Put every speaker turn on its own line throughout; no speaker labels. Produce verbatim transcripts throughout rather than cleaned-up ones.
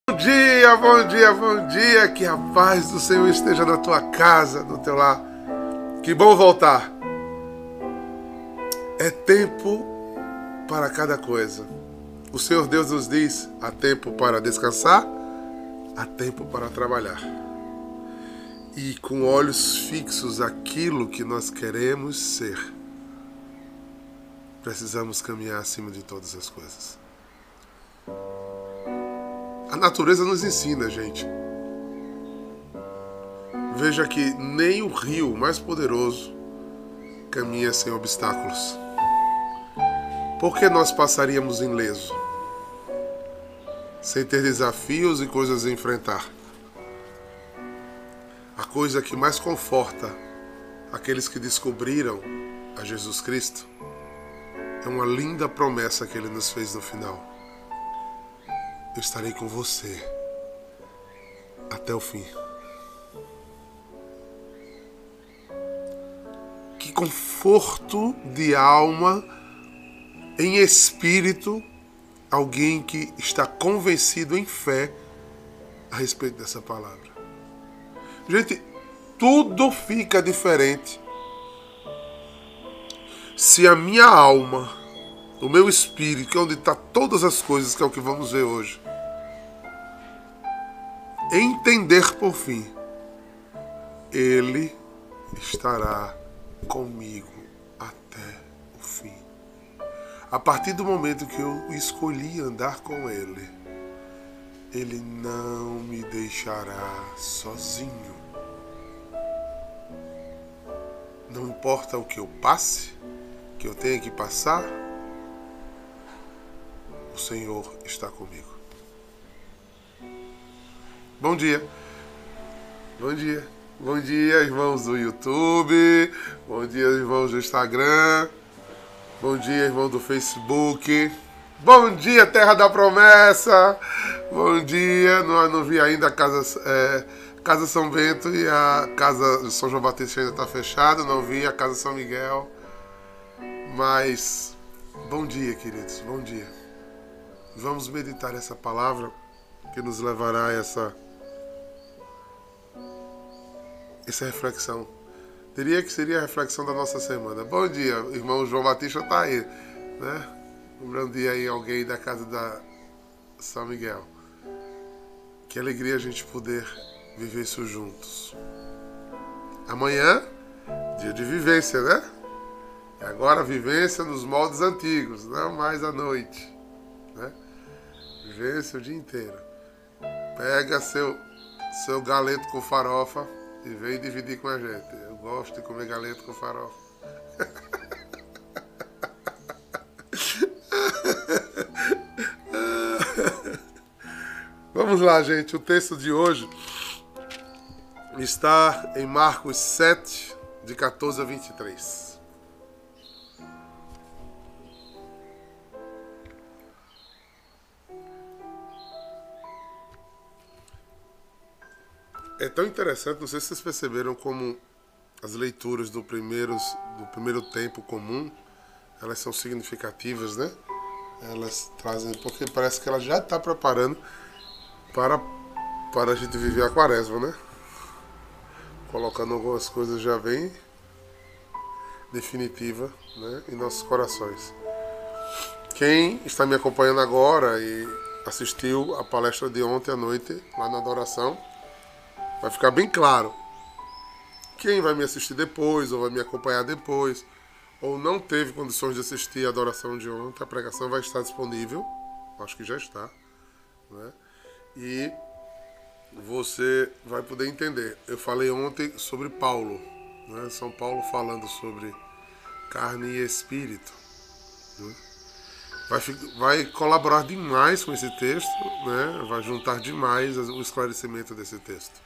Bom dia, bom dia, bom dia, que a paz do Senhor esteja na tua casa, no teu lar. Que bom voltar. É tempo para cada coisa. O Senhor Deus nos diz, há tempo para descansar, há tempo para trabalhar. E com olhos fixos aquilo que nós queremos ser, precisamos caminhar acima de todas as coisas. A natureza nos ensina, gente. Veja que nem o rio mais poderoso caminha sem obstáculos. Por que nós passaríamos ileso, sem ter desafios e coisas a enfrentar? A coisa que mais conforta aqueles que descobriram a Jesus Cristo é uma linda promessa que Ele nos fez no final. Eu estarei com você até o fim. Que conforto de alma, em espírito, alguém que está convencido em fé a respeito dessa palavra. Gente, tudo fica diferente se a minha alma, o meu espírito, que é onde está todas as coisas, que é o que vamos ver hoje, entender por fim, Ele estará comigo até o fim. A partir do momento que eu escolhi andar com Ele, Ele não me deixará sozinho. Não importa o que eu passe, que eu tenha que passar, o Senhor está comigo. Bom dia. Bom dia. Bom dia, irmãos do YouTube. Bom dia, irmãos do Instagram. Bom dia, irmão do Facebook. Bom dia, Terra da Promessa. Bom dia. Não, não vi ainda a Casa, é, Casa São Bento e a Casa São João Batista ainda está fechada. Não vi a Casa São Miguel. Mas, bom dia, queridos. Bom dia. Vamos meditar essa palavra que nos levará a essa, essa reflexão. Diria que seria a reflexão da nossa semana. Bom dia, irmão João Batista está aí, né? Lembrando de aí alguém da casa da São Miguel. Que alegria a gente poder viver isso juntos. Amanhã, dia de vivência, né? E agora vivência nos moldes antigos, não mais à noite, né? Vivência o dia inteiro. Pega seu, seu galeto com farofa e vem dividir com a gente. Eu gosto de comer galeto com farofa. Vamos lá, gente. O texto de hoje está em Marcos sete, de quatorze a vinte e três. É tão interessante, não sei se vocês perceberam como as leituras do, primeiros, do primeiro tempo comum, elas são significativas, né? Elas trazem, porque parece que ela já está preparando para, para a gente viver a quaresma, né? Colocando algumas coisas já bem definitiva, né, em nossos corações. Quem está me acompanhando agora e assistiu a palestra de ontem à noite, lá na adoração, vai ficar bem claro. Quem vai me assistir depois, ou vai me acompanhar depois, ou não teve condições de assistir a adoração de ontem, a pregação vai estar disponível. Acho que já está, né? E você vai poder entender. Eu falei ontem sobre Paulo, né? São Paulo falando sobre carne e espírito, né? Vai, vai colaborar demais com esse texto, né? Vai juntar demais o esclarecimento desse texto.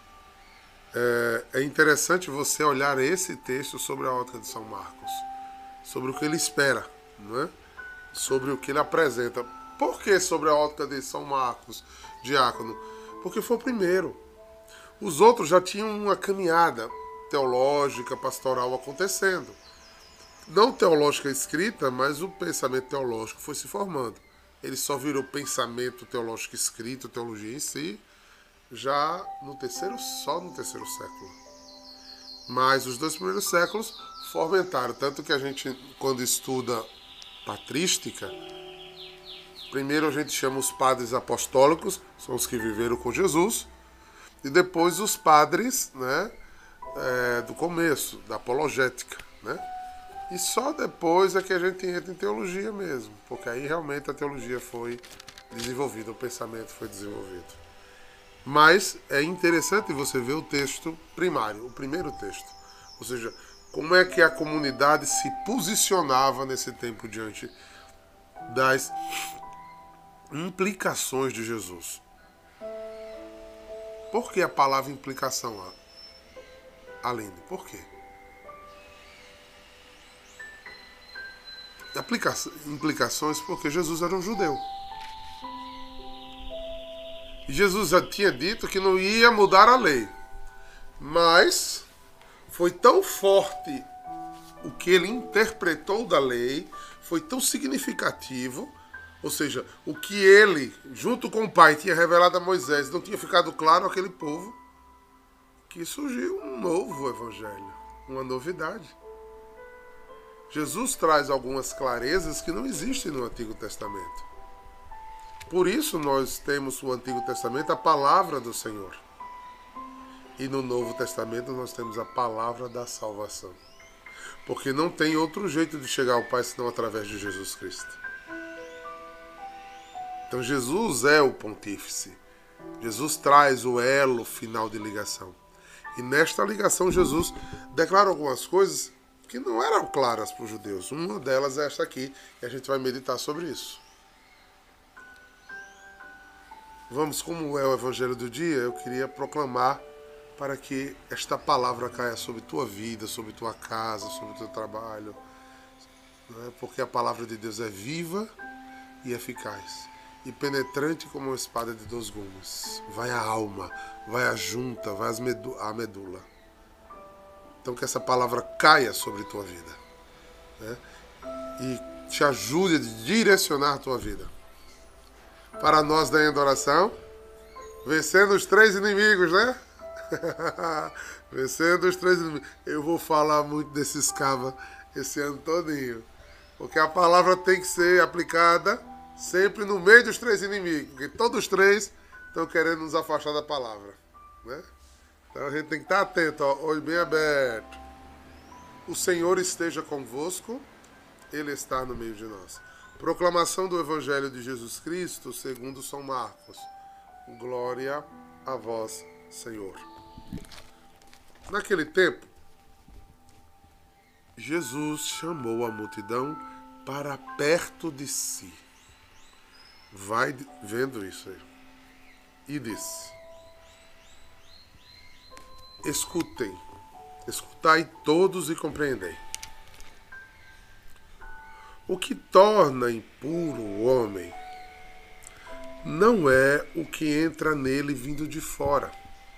É interessante você olhar esse texto sobre a ótica de São Marcos, sobre o que ele espera, né? Sobre o que ele apresenta. Por que sobre a ótica de São Marcos, diácono? Porque foi o primeiro. Os outros já tinham uma caminhada teológica, pastoral acontecendo. Não teológica escrita, mas o pensamento teológico foi se formando. ele só virou pensamento teológico escrito, teologia em si, já no terceiro, só no terceiro século. Mas os dois primeiros séculos fomentaram, tanto que a gente, quando estuda patrística, primeiro a gente chama os padres apostólicos, são os que viveram com Jesus, e depois os padres, né, é, do começo, da apologética, né? E só depois é que a gente entra em teologia mesmo, porque aí realmente a teologia foi desenvolvida, o pensamento foi desenvolvido. Mas é interessante você ver o texto primário, o primeiro texto. Ou seja, como é que a comunidade se posicionava nesse tempo diante das implicações de Jesus. Por que a palavra implicação, Aline? Por quê? Implicações porque Jesus era um judeu. E Jesus já tinha dito que não ia mudar a lei. Mas foi tão forte o que ele interpretou da lei, foi tão significativo, ou seja, o que ele, junto com o Pai, tinha revelado a Moisés, não tinha ficado claro àquele povo, que surgiu um novo evangelho, uma novidade. Jesus traz algumas clarezas que não existem no Antigo Testamento. Por isso nós temos no Antigo Testamento a palavra do Senhor. E no Novo Testamento nós temos a palavra da salvação. Porque não tem outro jeito de chegar ao Pai senão através de Jesus Cristo. Então Jesus é o pontífice. Jesus traz o elo final de ligação. E nesta ligação Jesus declara algumas coisas que não eram claras para os judeus. Uma delas é esta aqui, e a gente vai meditar sobre isso. Vamos, como é o Evangelho do dia, eu queria proclamar para que esta palavra caia sobre tua vida, sobre tua casa, sobre teu trabalho. Né? Porque a palavra de Deus é viva e eficaz, e penetrante como uma espada de dois gumes. Vai à alma, vai à junta, vai à medula. Então que essa palavra caia sobre tua vida, né? E te ajude a direcionar a tua vida. Para nós da adoração, vencendo os três inimigos, né? Vencendo os três inimigos. Eu vou falar muito desses cabas esse ano todinho, porque a palavra tem que ser aplicada sempre no meio dos três inimigos, porque todos os três estão querendo nos afastar da palavra, né? Então a gente tem que estar atento, ó, olho bem aberto. O Senhor esteja convosco, Ele está no meio de nós. Proclamação do Evangelho de Jesus Cristo segundo São Marcos. Glória a vós, Senhor. Naquele tempo, Jesus chamou a multidão para perto de si. Vai vendo isso aí. E disse: escutem, escutai todos e compreendei. O que torna impuro o homem não é o que entra nele vindo de fora,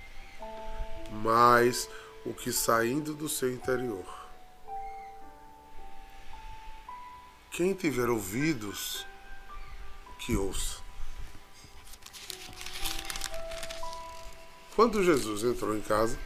mas o que saindo do seu interior. Quem tiver ouvidos, que ouça. Quando Jesus entrou em casa,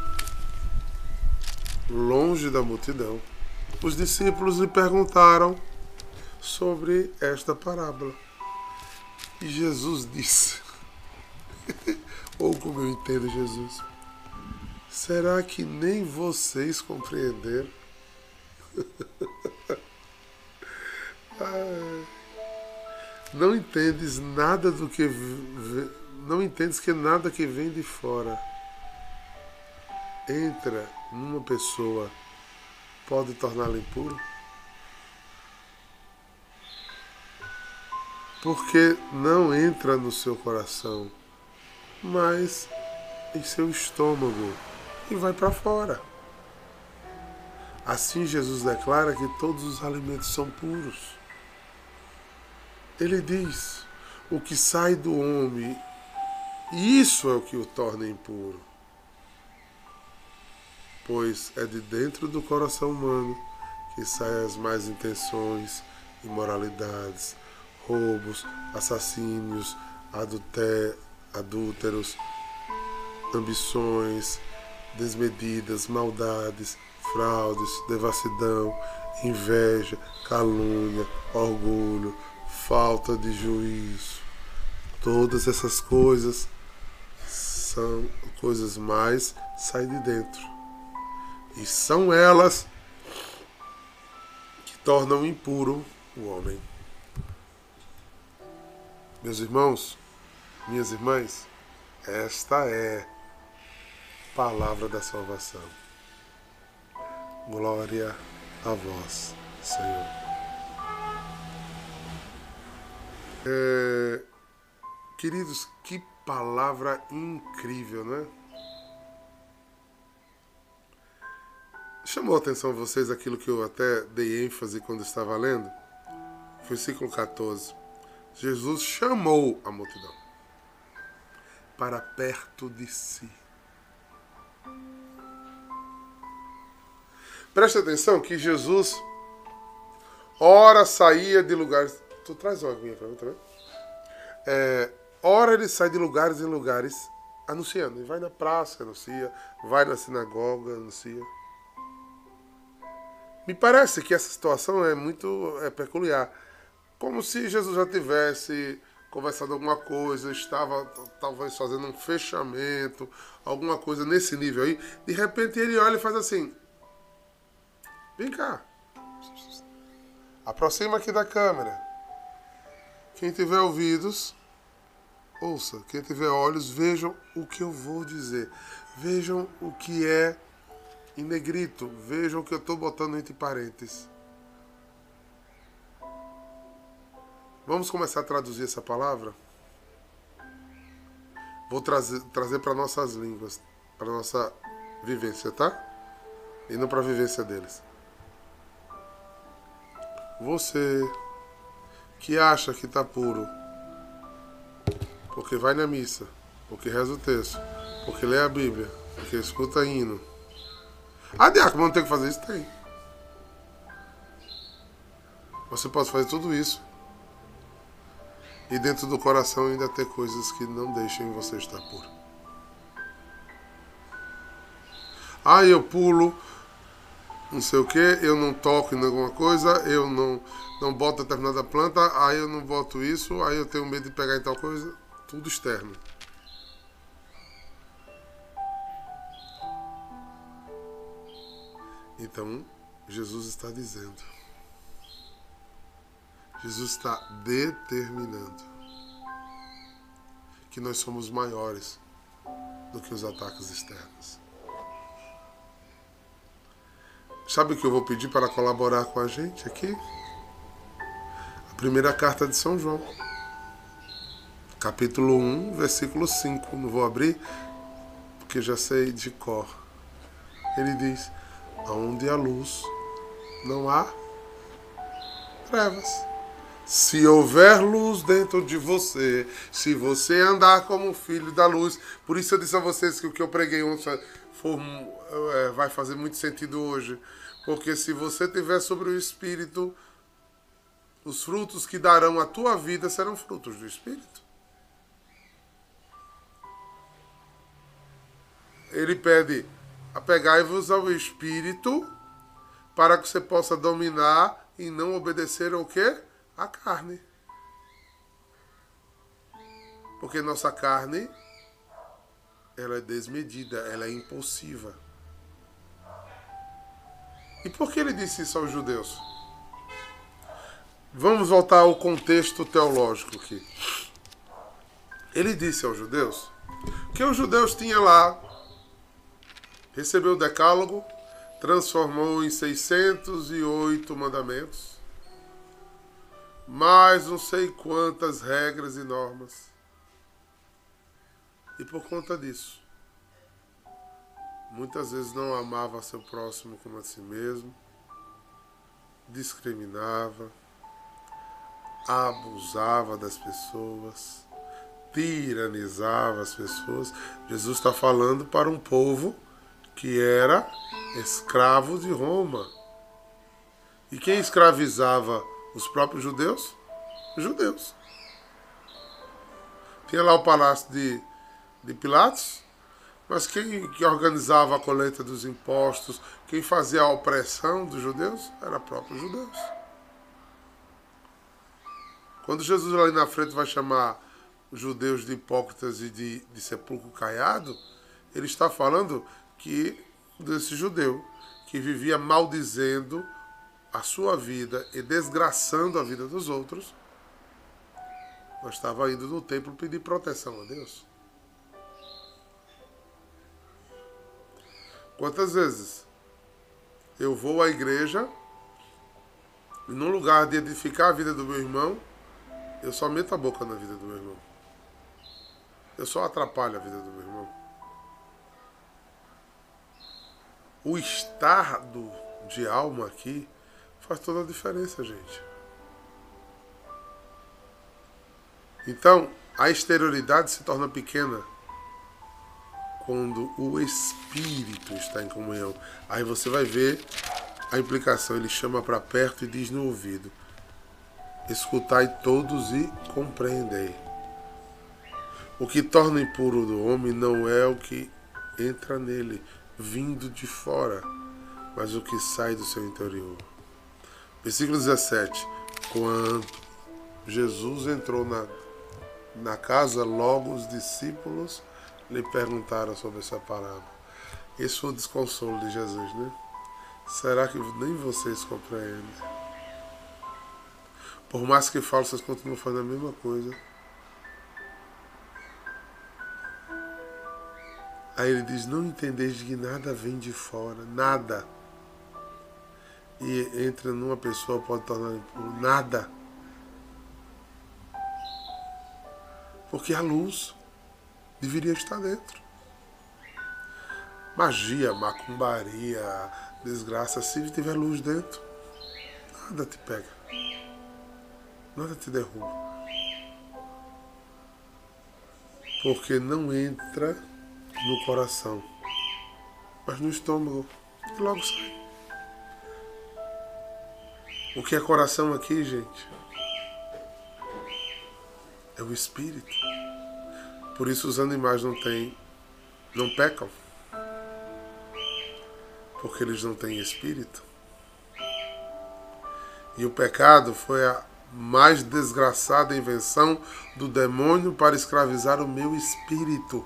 longe da multidão, os discípulos lhe perguntaram sobre esta parábola. E Jesus disse, ou como eu entendo Jesus, será que nem vocês compreenderam? ah, não entendes nada do que não entendes que nada que vem de fora entra numa pessoa pode torná-la impuro? Porque não entra no seu coração, mas em seu estômago e vai para fora. Assim Jesus declara que todos os alimentos são puros. Ele diz, o que sai do homem, isso é o que o torna impuro. Pois é de dentro do coração humano que saem as más intenções, imoralidades, roubos, assassínios, adulté- adúlteros, ambições desmedidas, maldades, fraudes, devassidão, inveja, calúnia, orgulho, falta de juízo. Todas essas coisas são coisas mais saem de dentro. E são elas que tornam impuro o homem. Meus irmãos, minhas irmãs, esta é a palavra da salvação. Glória a vós, Senhor. É, queridos, que palavra incrível, né? Chamou a atenção de vocês aquilo que eu até dei ênfase quando estava lendo? Versículo quatorze. Jesus chamou a multidão para perto de si. Preste atenção que Jesus ora saía de lugares... Tu traz uma aguinha para mim também? É, ora ele sai de lugares em lugares anunciando. Ele vai na praça, anuncia. Vai na sinagoga, anuncia. Me parece que essa situação é muito é, peculiar. Como se Jesus já tivesse conversado alguma coisa, estava talvez fazendo um fechamento, alguma coisa nesse nível aí. De repente ele olha e faz assim. Vem cá. Aproxima aqui da câmera. Quem tiver ouvidos, ouça. Quem tiver olhos, vejam o que eu vou dizer. Vejam o que é em negrito. Vejam o que eu estou botando entre parênteses. Vamos começar a traduzir essa palavra? Vou trazer, trazer para nossas línguas, para nossa vivência, tá? E não para a vivência deles. Você que acha que está puro, porque vai na missa, porque reza o texto, porque lê a Bíblia, porque escuta hino. Ah, diácono, não tem que fazer isso? Tem. Você pode fazer tudo isso e dentro do coração ainda ter coisas que não deixem você estar puro. Ah, eu pulo, não sei o que, eu não toco em alguma coisa, eu não, não boto determinada planta, aí eu não boto isso, aí eu tenho medo de pegar em tal coisa. Tudo externo. Então, Jesus está dizendo, Jesus está determinando que nós somos maiores do que os ataques externos. Sabe o que eu vou pedir para colaborar com a gente aqui? A primeira carta de São João, capítulo um, versículo cinco. Não vou abrir, porque já sei de cor. Ele diz, aonde há luz, não há trevas. Se houver luz dentro de você, se você andar como filho da luz, por isso eu disse a vocês que o que eu preguei ontem for, é, vai fazer muito sentido hoje. Porque se você tiver sobre o Espírito, os frutos que darão a tua vida serão frutos do Espírito. Ele pede, apegai-vos ao Espírito para que você possa dominar e não obedecer ao quê? A carne. Porque nossa carne, ela é desmedida, ela é impulsiva. E por que ele disse isso aos judeus? Vamos voltar ao contexto teológico aqui. Ele disse aos judeus que os judeus tinham lá, recebeu o decálogo, transformou em seiscentos e oito mandamentos, mais não sei quantas regras e normas. E por conta disso, muitas vezes não amava seu próximo como a si mesmo, discriminava, abusava das pessoas, tiranizava as pessoas. Jesus está falando para um povo que era escravo de Roma. E quem escravizava os próprios judeus? Judeus. Tinha lá o palácio de, de Pilatos, mas quem que organizava a coleta dos impostos, quem fazia a opressão dos judeus, era próprios judeus. Quando Jesus ali na frente vai chamar os judeus de hipócritas e de, de sepulcro caiado, ele está falando que desse judeu que vivia maldizendo a sua vida e desgraçando a vida dos outros, mas estava indo no templo pedir proteção a Deus. Quantas vezes eu vou à igreja e no lugar de edificar a vida do meu irmão, eu só meto a boca na vida do meu irmão. Eu só atrapalho a vida do meu irmão. O estado de alma aqui faz toda a diferença, gente. Então, a exterioridade se torna pequena quando o espírito está em comunhão. Aí você vai ver a implicação. Ele chama para perto e diz no ouvido: escutai todos e compreendei. O que torna impuro do homem não é o que entra nele, vindo de fora, mas o que sai do seu interior. Versículo dezessete. Quando Jesus entrou na, na casa, logo os discípulos lhe perguntaram sobre essa parábola. Esse foi o desconsolo de Jesus, né? Será que nem vocês compreendem? Por mais que falo, vocês continuam fazendo a mesma coisa. Aí ele diz: não entendeis que nada vem de fora, nada. E entra numa pessoa, pode tornar impuro, nada. Porque a luz deveria estar dentro. Magia, macumbaria, desgraça, se tiver luz dentro, nada te pega. Nada te derruba. Porque não entra no coração, mas no estômago, e logo sai. O que é coração aqui, gente? É o espírito. Por isso os animais não têm, não pecam, porque eles não têm espírito. E o pecado foi a mais desgraçada invenção do demônio para escravizar o meu espírito.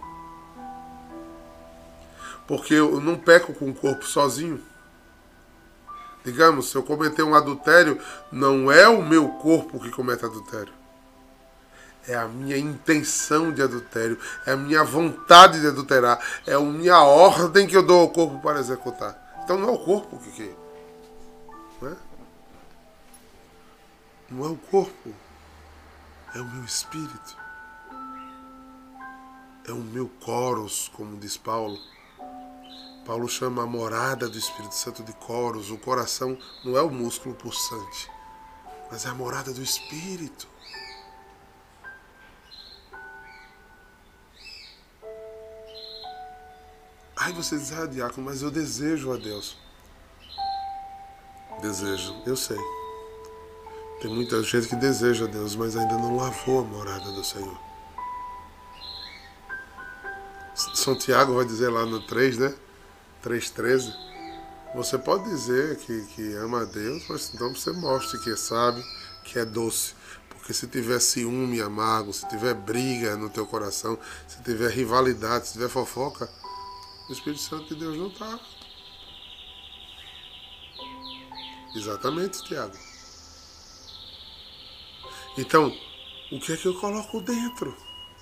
Porque eu não peco com o corpo sozinho. Digamos, se eu cometer um adultério, não é o meu corpo que comete adultério. É a minha intenção de adultério, é a minha vontade de adulterar, é a minha ordem que eu dou ao corpo para executar. Então não é o corpo que quer. Não é? Não é o corpo, é o meu espírito. É o meu coros, como diz Paulo. Paulo chama a morada do Espírito Santo de coros. O coração não é o músculo pulsante, mas é a morada do Espírito. Aí você diz: ah, diácono, mas eu desejo a Deus. Desejo, eu sei. Tem muita gente que deseja a Deus, mas ainda não lavou a morada do Senhor. São Tiago vai dizer lá no três, né? três, treze. Você pode dizer que, que ama a Deus, mas então você mostre que sabe, que é doce. Porque se tiver ciúme amargo, se tiver briga no teu coração, se tiver rivalidade, se tiver fofoca, o Espírito Santo de Deus não está. Exatamente, Tiago. Então, o que é que eu coloco dentro?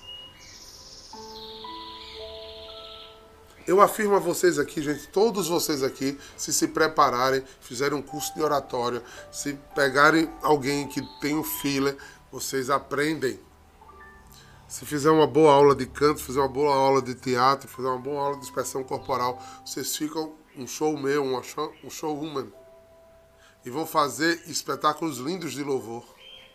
Eu afirmo a vocês aqui, gente, todos vocês aqui, se se prepararem, fizerem um curso de oratória, se pegarem alguém que tem um filler, vocês aprendem. Se fizer uma boa aula de canto, fizer uma boa aula de teatro, fizer uma boa aula de expressão corporal, vocês ficam um show meu, um show, um showwoman. E vão fazer espetáculos lindos de louvor.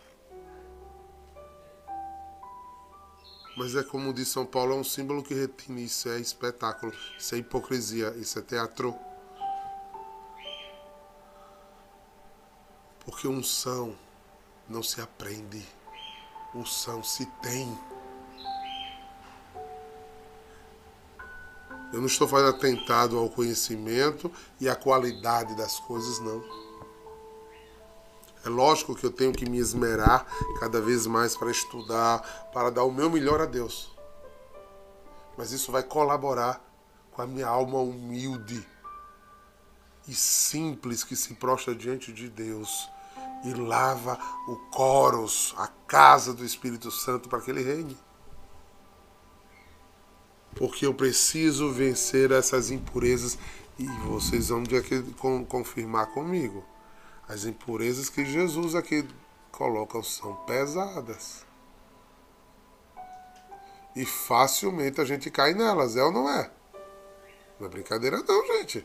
Mas é como diz São Paulo, é um símbolo que retine. Isso é espetáculo, isso é hipocrisia, isso é teatro. Porque unção não se aprende. Unção se tem. Eu não estou fazendo atentado ao conhecimento e à qualidade das coisas, não. É lógico que eu tenho que me esmerar cada vez mais para estudar, para dar o meu melhor a Deus. Mas isso vai colaborar com a minha alma humilde e simples que se prostra diante de Deus e lava o coros, a casa do Espírito Santo, para que Ele reine. Porque eu preciso vencer essas impurezas e vocês vão aqui confirmar comigo. As impurezas que Jesus aqui coloca são pesadas. E facilmente a gente cai nelas, é ou não é? Não é brincadeira não, gente.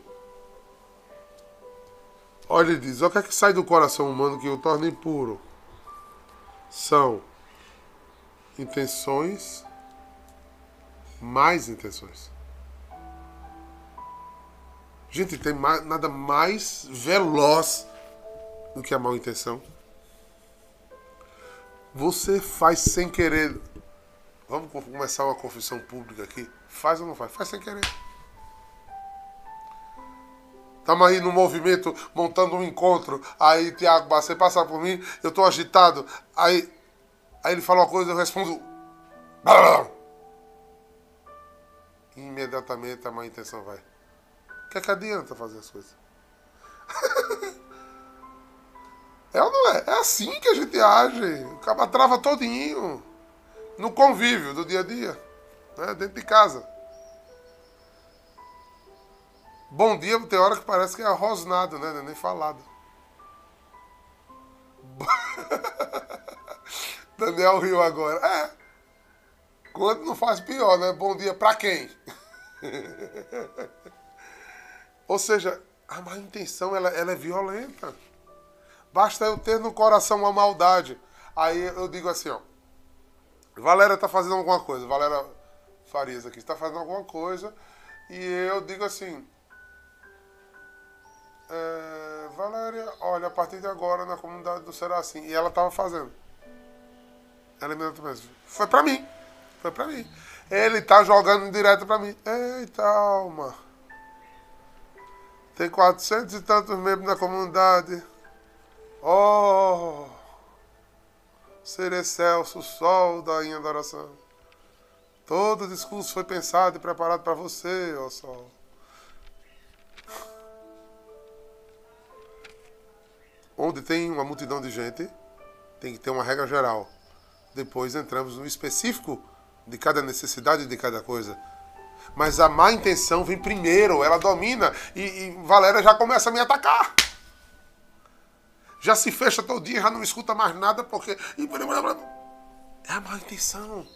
Olha, ele diz, o que é que sai do coração humano que o torna impuro? São intenções, mais intenções. Gente, tem mais, nada mais veloz do que a má intenção. Você faz sem querer. Vamos começar uma confissão pública aqui. Faz ou não faz? Faz sem querer. Estamos aí no movimento, montando um encontro. Aí, Tiago, você passa por mim, eu estou agitado. Aí, aí ele fala uma coisa, eu respondo. E imediatamente a má intenção vai. O que é que adianta fazer as coisas? É ou não é? É assim que a gente age. O cara trava todinho. No convívio do dia a dia. Né? Dentro de casa. Bom dia, tem hora que parece que é rosnado, né? Nem falado. Daniel riu agora. É. Quando não faz pior, né? Bom dia pra quem? Ou seja, a má intenção, ela, ela é violenta. Basta eu ter no coração uma maldade. Aí eu digo assim, ó. Valéria tá fazendo alguma coisa. Valéria Farias aqui está fazendo alguma coisa. E eu digo assim... É, Valéria, olha, a partir de agora na comunidade do Será Assim. E ela estava fazendo. Ela me mesmo. Foi pra mim. Foi pra mim. Ele tá jogando direto pra mim. Eita, alma. Tem quatrocentos e tantos membros na comunidade. Oh! Ser excelso, sol da rainha da oração. Todo o discurso foi pensado e preparado para você, ó sol. Onde tem uma multidão de gente, tem que ter uma regra geral. Depois entramos no específico de cada necessidade de cada coisa. Mas a má intenção vem primeiro, ela domina. E, e Valéria já começa a me atacar. Já se fecha todo dia, já não escuta mais nada, porque... É a má intenção.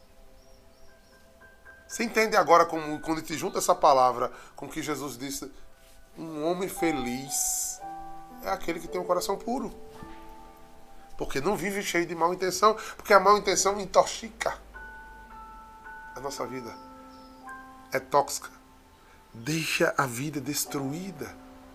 Você entende agora como, quando te junta essa palavra com o que Jesus disse? Um homem feliz é aquele que tem um coração puro. Porque não vive cheio de má intenção. Porque a má intenção intoxica a nossa vida. É tóxica. Deixa a vida destruída.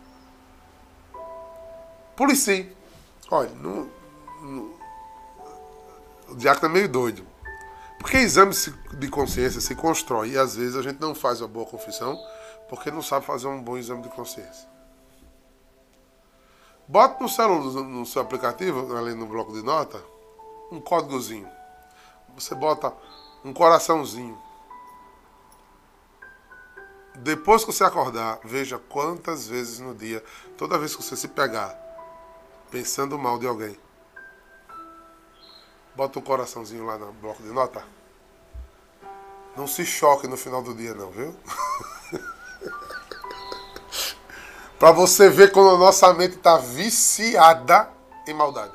Policie. Olha, no, no, o diácono é meio doido. Porque exame de consciência se constrói e às vezes a gente não faz uma boa confissão porque não sabe fazer um bom exame de consciência. Bota no celular, no seu aplicativo, ali no bloco de nota, um códigozinho. Você bota um coraçãozinho. Depois que você acordar, veja quantas vezes no dia, toda vez que você se pegar pensando mal de alguém, bota um coraçãozinho lá no bloco de nota. Não se choque no final do dia não, viu? Pra você ver como a nossa mente está viciada em maldade.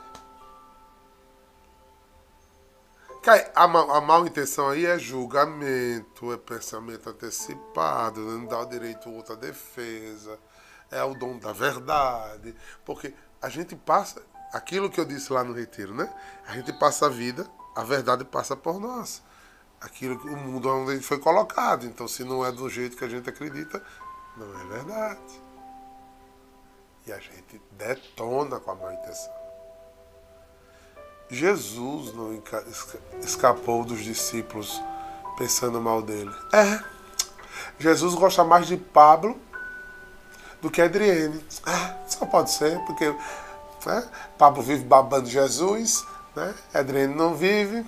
A, mal, a mal intenção aí é julgamento, é pensamento antecipado, não dá o direito ao outro à defesa, é o dom da verdade. Porque a gente passa, aquilo que eu disse lá no retiro, né? A gente passa a vida, a verdade passa por nós. Aquilo que o mundo onde a gente foi colocado. Então, se não é do jeito que a gente acredita, não é verdade. E a gente detona com a má intenção. Jesus não escapou dos discípulos pensando mal dele. É, Jesus gosta mais de Pablo do que Adriene. Ah, só pode ser, porque né, Pablo vive babando Jesus, né? Adriene não vive.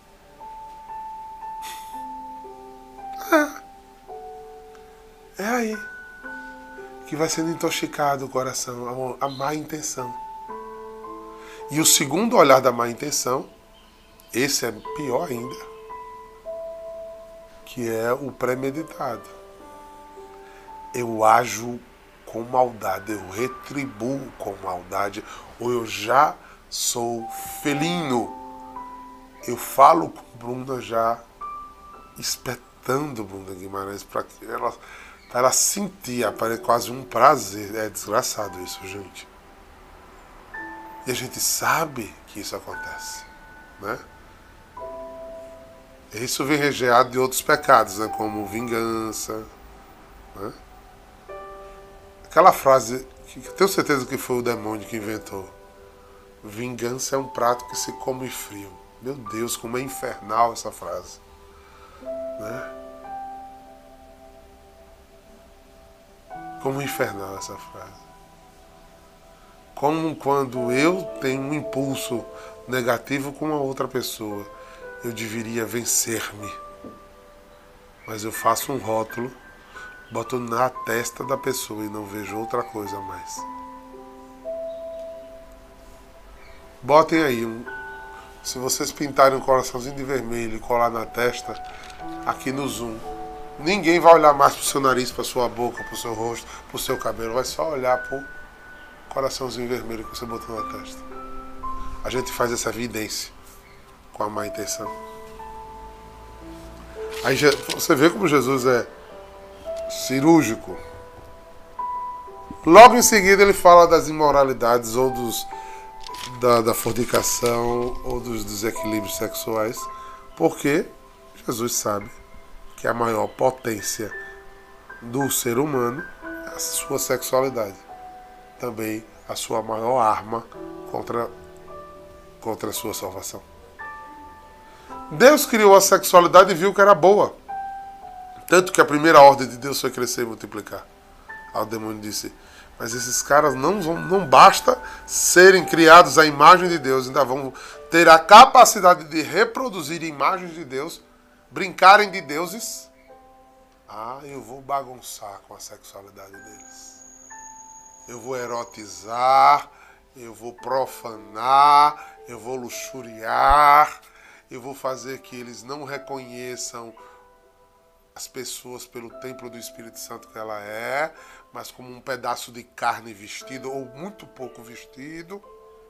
Ah, é aí que vai sendo intoxicado o coração, a, a má intenção. E o segundo olhar da má intenção, esse é pior ainda, que é o premeditado. Eu ajo com maldade, eu retribuo com maldade, ou eu já sou felino. Eu falo com Bruna já espetando Bruna Guimarães para que ela, pra ela sentir, aparece quase um prazer. É desgraçado isso, gente. E a gente sabe que isso acontece, né? Isso vem recheado de outros pecados, né? Como vingança, né? Aquela frase que tenho certeza que foi o demônio que inventou. Vingança é um prato que se come frio. Meu Deus, como é infernal essa frase, né? Como infernal essa frase. Como quando eu tenho um impulso negativo com uma outra pessoa, eu deveria vencer-me. Mas eu faço um rótulo, boto na testa da pessoa e não vejo outra coisa mais. Botem aí, um, se vocês pintarem um coraçãozinho de vermelho e colar na testa, aqui no Zoom, ninguém vai olhar mais pro seu nariz, pra sua boca, pro seu rosto, pro seu cabelo, vai só olhar pro coraçãozinho vermelho que você botou na testa. A gente faz essa evidência com a má intenção. Aí você vê como Jesus é cirúrgico. Logo em seguida ele fala das imoralidades ou dos, da, da fornicação ou dos desequilíbrios sexuais, porque Jesus sabe que a maior potência do ser humano é a sua sexualidade. Também a sua maior arma contra, contra a sua salvação. Deus criou a sexualidade e viu que era boa. Tanto que a primeira ordem de Deus foi crescer e multiplicar. Aí o demônio disse, mas esses caras não, vão, não basta serem criados à imagem de Deus, ainda vão ter a capacidade de reproduzir imagens de Deus, brincarem de deuses. Ah, eu vou bagunçar com a sexualidade deles. Eu vou erotizar, eu vou profanar, eu vou luxuriar, eu vou fazer que eles não reconheçam as pessoas pelo templo do Espírito Santo que ela é, mas como um pedaço de carne vestido, ou muito pouco vestido.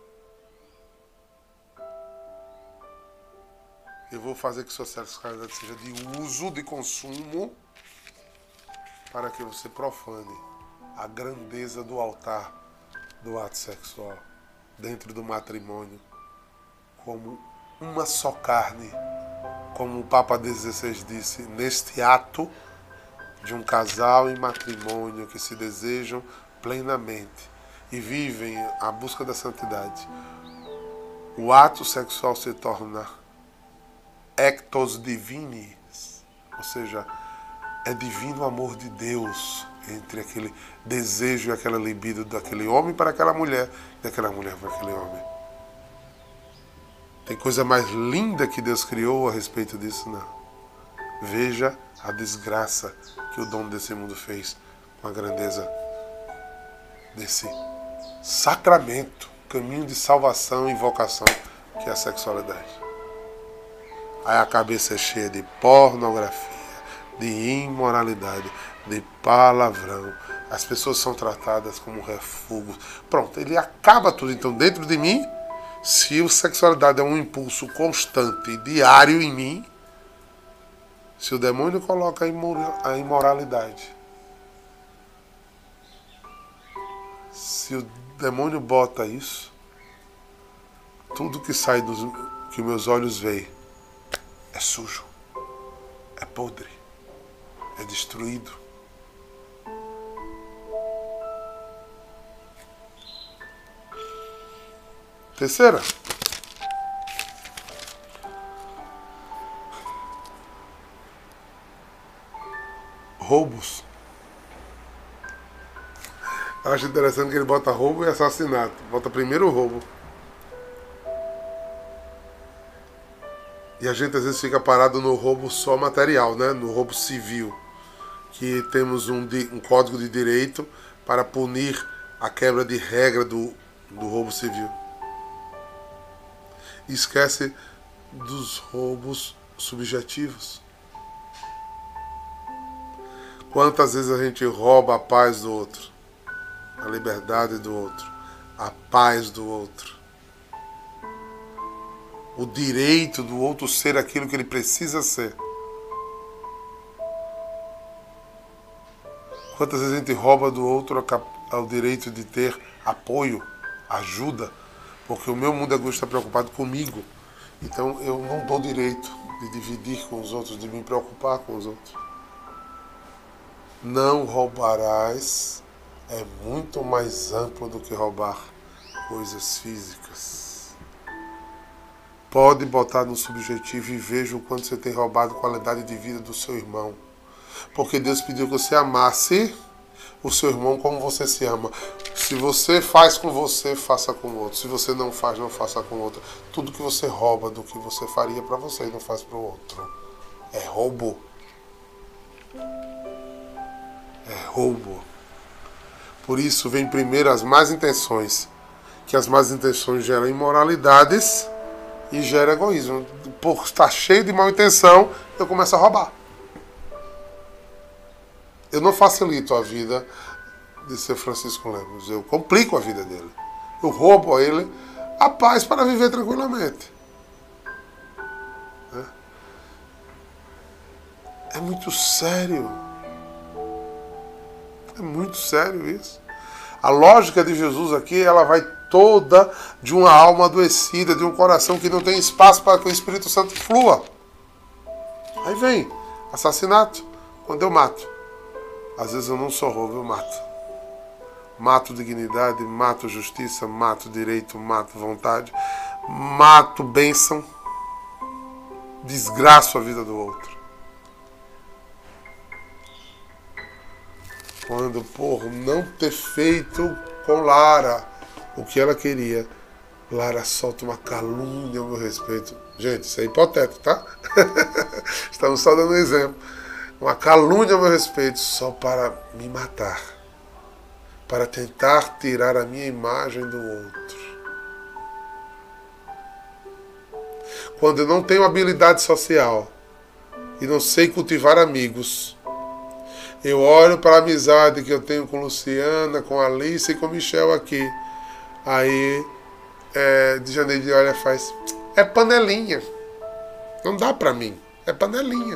Eu vou fazer que sua sexualidade seja de uso, de consumo, para que você profane a grandeza do altar do ato sexual dentro do matrimônio como uma só carne, como o Papa dezesseis disse, neste ato de um casal em matrimônio que se desejam plenamente e vivem a busca da santidade. O ato sexual se torna ectos divinis, ou seja, é divino o amor de Deus entre aquele desejo e aquela libido daquele homem para aquela mulher, e daquela mulher para aquele homem. Tem coisa mais linda que Deus criou a respeito disso? Não. Veja a desgraça que o dono desse mundo fez com a grandeza desse sacramento, caminho de salvação e vocação que é a sexualidade. Aí a cabeça é cheia de pornografia, de imoralidade, de palavrão. As pessoas são tratadas como refúgios. Pronto, ele acaba tudo. Então, dentro de mim, se a sexualidade é um impulso constante, diário em mim, se o demônio coloca a imoralidade, se o demônio bota isso, tudo que sai dos que meus olhos veem é sujo, é podre, é destruído. Terceira, roubos. Acho interessante que ele bota roubo e assassinato. Bota primeiro o roubo. E a gente às vezes fica parado no roubo só material, né? No roubo civil. Que temos um, um código de direito para punir a quebra de regra do, do roubo civil. E esquece dos roubos subjetivos. Quantas vezes a gente rouba a paz do outro, a liberdade do outro, a paz do outro, o direito do outro ser aquilo que ele precisa ser. Quantas vezes a gente rouba do outro o direito de ter apoio, ajuda, porque o meu mundo egoísta está preocupado comigo. Então eu não dou direito de dividir com os outros, de me preocupar com os outros. Não roubarás é muito mais amplo do que roubar coisas físicas. Pode botar no subjetivo e veja o quanto você tem roubado a qualidade de vida do seu irmão. Porque Deus pediu que você amasse o seu irmão como você se ama. Se você faz com você, faça com o outro. Se você não faz, não faça com o outro. Tudo que você rouba do que você faria para você e não faz para o outro é roubo. É roubo. Por isso vem primeiro as más intenções. Que as más intenções geram imoralidades e geram egoísmo. Por estar cheio de mal intenção, eu começo a roubar. Eu não facilito a vida de ser Francisco Lemos. Eu complico a vida dele. Eu roubo a ele a paz para viver tranquilamente. É muito sério. É muito sério isso. A lógica de Jesus aqui, ela vai toda de uma alma adoecida, de um coração que não tem espaço para que o Espírito Santo flua. Aí vem assassinato, quando eu mato. Às vezes eu não só roubo, eu mato. Mato dignidade, mato justiça, mato direito, mato vontade, mato bênção, desgraço a vida do outro. Quando, por não ter feito com Lara o que ela queria, Lara solta uma calúnia ao meu respeito. Gente, isso é hipotético, tá? Estamos só dando um exemplo. Uma calúnia ao meu respeito só para me matar. Para tentar tirar a minha imagem do outro. Quando eu não tenho habilidade social e não sei cultivar amigos, eu olho para a amizade que eu tenho com Luciana, com Alice e com Michel aqui. Aí, é, de Janeiro olha e faz, é panelinha. Não dá para mim, é panelinha.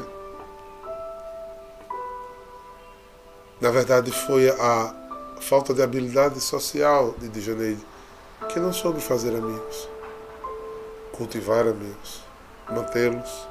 Na verdade, foi a falta de habilidade social de Janeiro que não soube fazer amigos, cultivar amigos, mantê-los.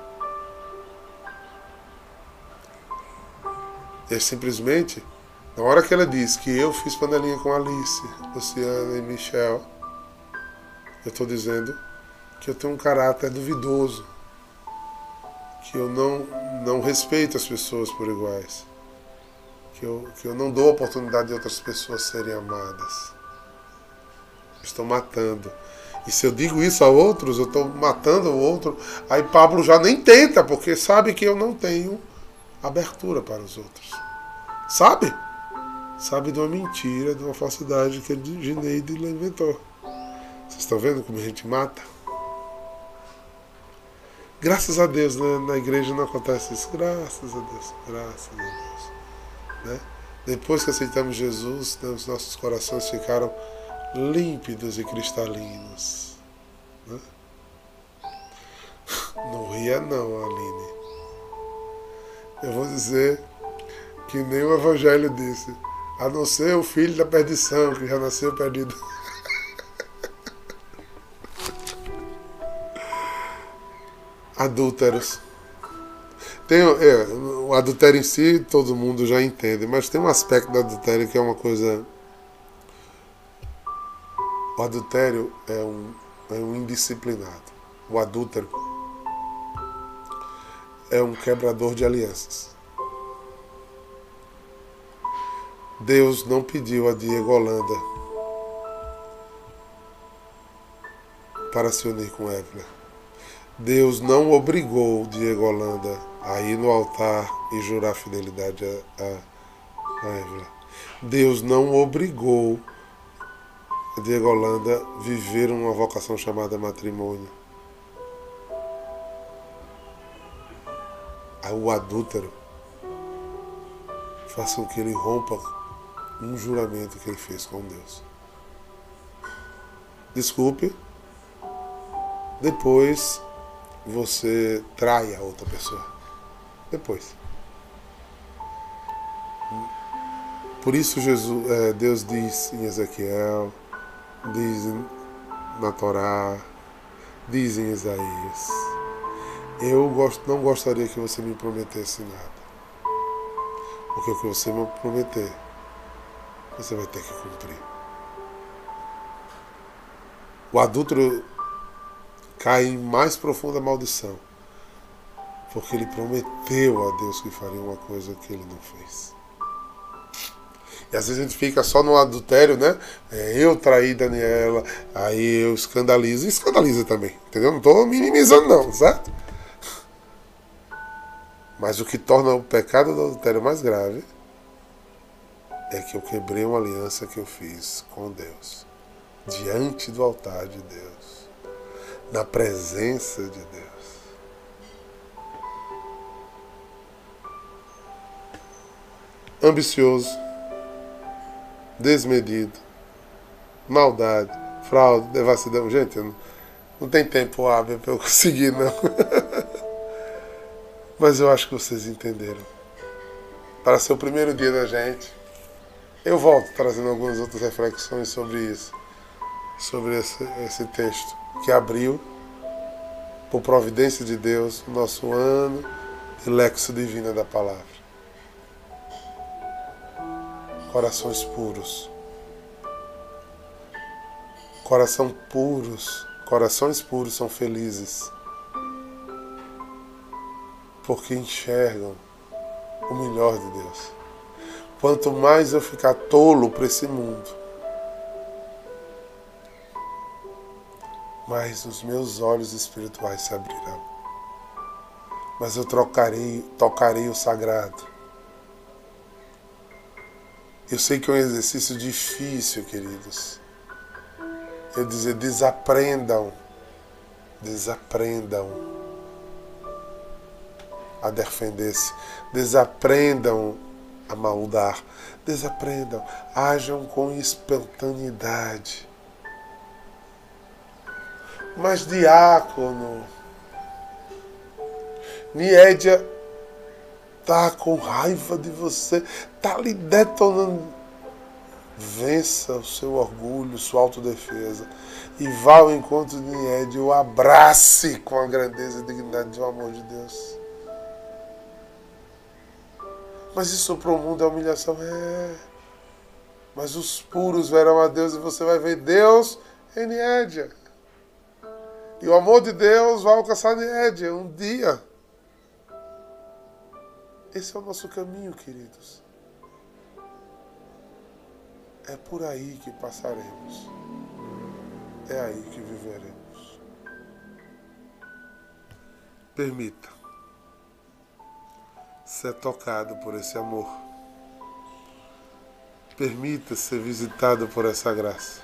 E é simplesmente, na hora que ela diz que eu fiz panelinha com Alice, Luciana e Michel, eu estou dizendo que eu tenho um caráter duvidoso, que eu não, não respeito as pessoas por iguais. Que eu, que eu não dou a oportunidade de outras pessoas serem amadas. Estou matando. E se eu digo isso a outros, eu estou matando o outro. Aí Pablo já nem tenta, porque sabe que eu não tenho abertura para os outros. Sabe? Sabe de uma mentira, de uma falsidade que a Gineide inventou. Vocês estão vendo como a gente mata? Graças a Deus, né? Na igreja não acontece isso. Graças a Deus. Graças a Deus. Né? Depois que aceitamos Jesus, né, os nossos corações ficaram límpidos e cristalinos. Né? Não ria não, Aline. Eu vou dizer que nem o Evangelho disse, a não ser o filho da perdição, que já nasceu perdido. Adúlteros. Tem, é, o adultério em si todo mundo já entende, mas tem um aspecto do adultério que é uma coisa... O adultério é um, é um indisciplinado. O adúltero é um quebrador de alianças. Deus não pediu a Diego Holanda para se unir com Evelyn. Deus não obrigou Diego Holanda a ir no altar e jurar fidelidade a, a, a Evelyn. Deus não obrigou a Diego Holanda a viver uma vocação chamada matrimônio. O adúltero faça com que ele rompa um juramento que ele fez com Deus. Desculpe, depois você trai a outra pessoa. Depois. Por isso Jesus, é, Deus diz em Ezequiel, diz na Torá, diz em Isaías: eu gost, não gostaria que você me prometesse nada. Porque o que você me prometer, você vai ter que cumprir. O adúltero cai em mais profunda maldição, porque ele prometeu a Deus que faria uma coisa que ele não fez. E às vezes a gente fica só no adultério, né? É, eu traí Daniela, aí eu escandalizo. E escandaliza também, entendeu? Não estou minimizando não, certo? Mas o que torna o pecado do adultério mais grave é que eu quebrei uma aliança que eu fiz com Deus, diante do altar de Deus, na presença de Deus. Ambicioso, desmedido, maldade, fraude, devassidão. Gente, não, não tem tempo hábil para eu conseguir, não. Mas eu acho que vocês entenderam. Para ser o primeiro dia da gente, eu volto trazendo algumas outras reflexões sobre isso, sobre esse, esse texto que abriu, por providência de Deus, o nosso ano de Lexo Divina da Palavra. Corações puros. Coração puros, corações puros são felizes, porque enxergam o melhor de Deus. Quanto mais eu ficar tolo para esse mundo, mais os meus olhos espirituais se abrirão. Mas eu trocarei, tocarei o sagrado. Eu sei que é um exercício difícil, queridos. Eu dizer, desaprendam, desaprendam a defender-se, desaprendam a maldar, desaprendam, ajam com espontaneidade. Mas diácono, Niédia tá com raiva de você, tá lhe detonando. Vença o seu orgulho, sua autodefesa e vá ao encontro de Niédia, o abrace com a grandeza e dignidade do amor de Deus. Mas isso para o mundo é humilhação. É. Mas os puros verão a Deus e você vai ver Deus em Niédia. E o amor de Deus vai alcançar Niédia um dia. Esse é o nosso caminho, queridos. É por aí que passaremos. É aí que viveremos. Permita ser tocado por esse amor. Permita ser visitado por essa graça.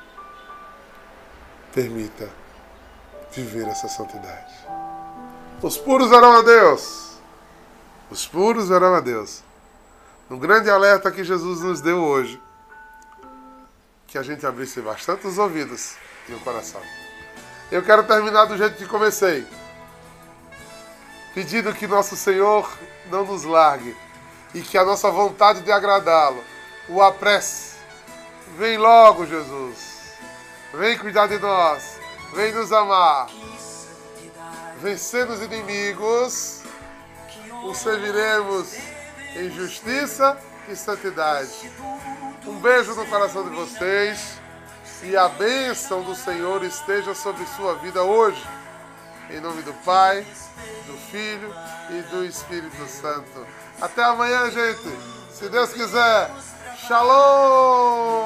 Permita viver essa santidade. Os puros verão a Deus. Os puros verão a Deus. Um grande alerta que Jesus nos deu hoje. Que a gente abrisse bastante os ouvidos e o coração. Eu quero terminar do jeito que comecei. Pedindo que nosso Senhor não nos largue. E que a nossa vontade de agradá-lo o apresse. Vem logo, Jesus. Vem cuidar de nós. Vem nos amar. Vencendo os inimigos, o serviremos em justiça e santidade. Um beijo no coração de vocês e a bênção do Senhor esteja sobre sua vida hoje. Em nome do Pai, do Filho e do Espírito Santo. Até amanhã, gente. Se Deus quiser. Shalom!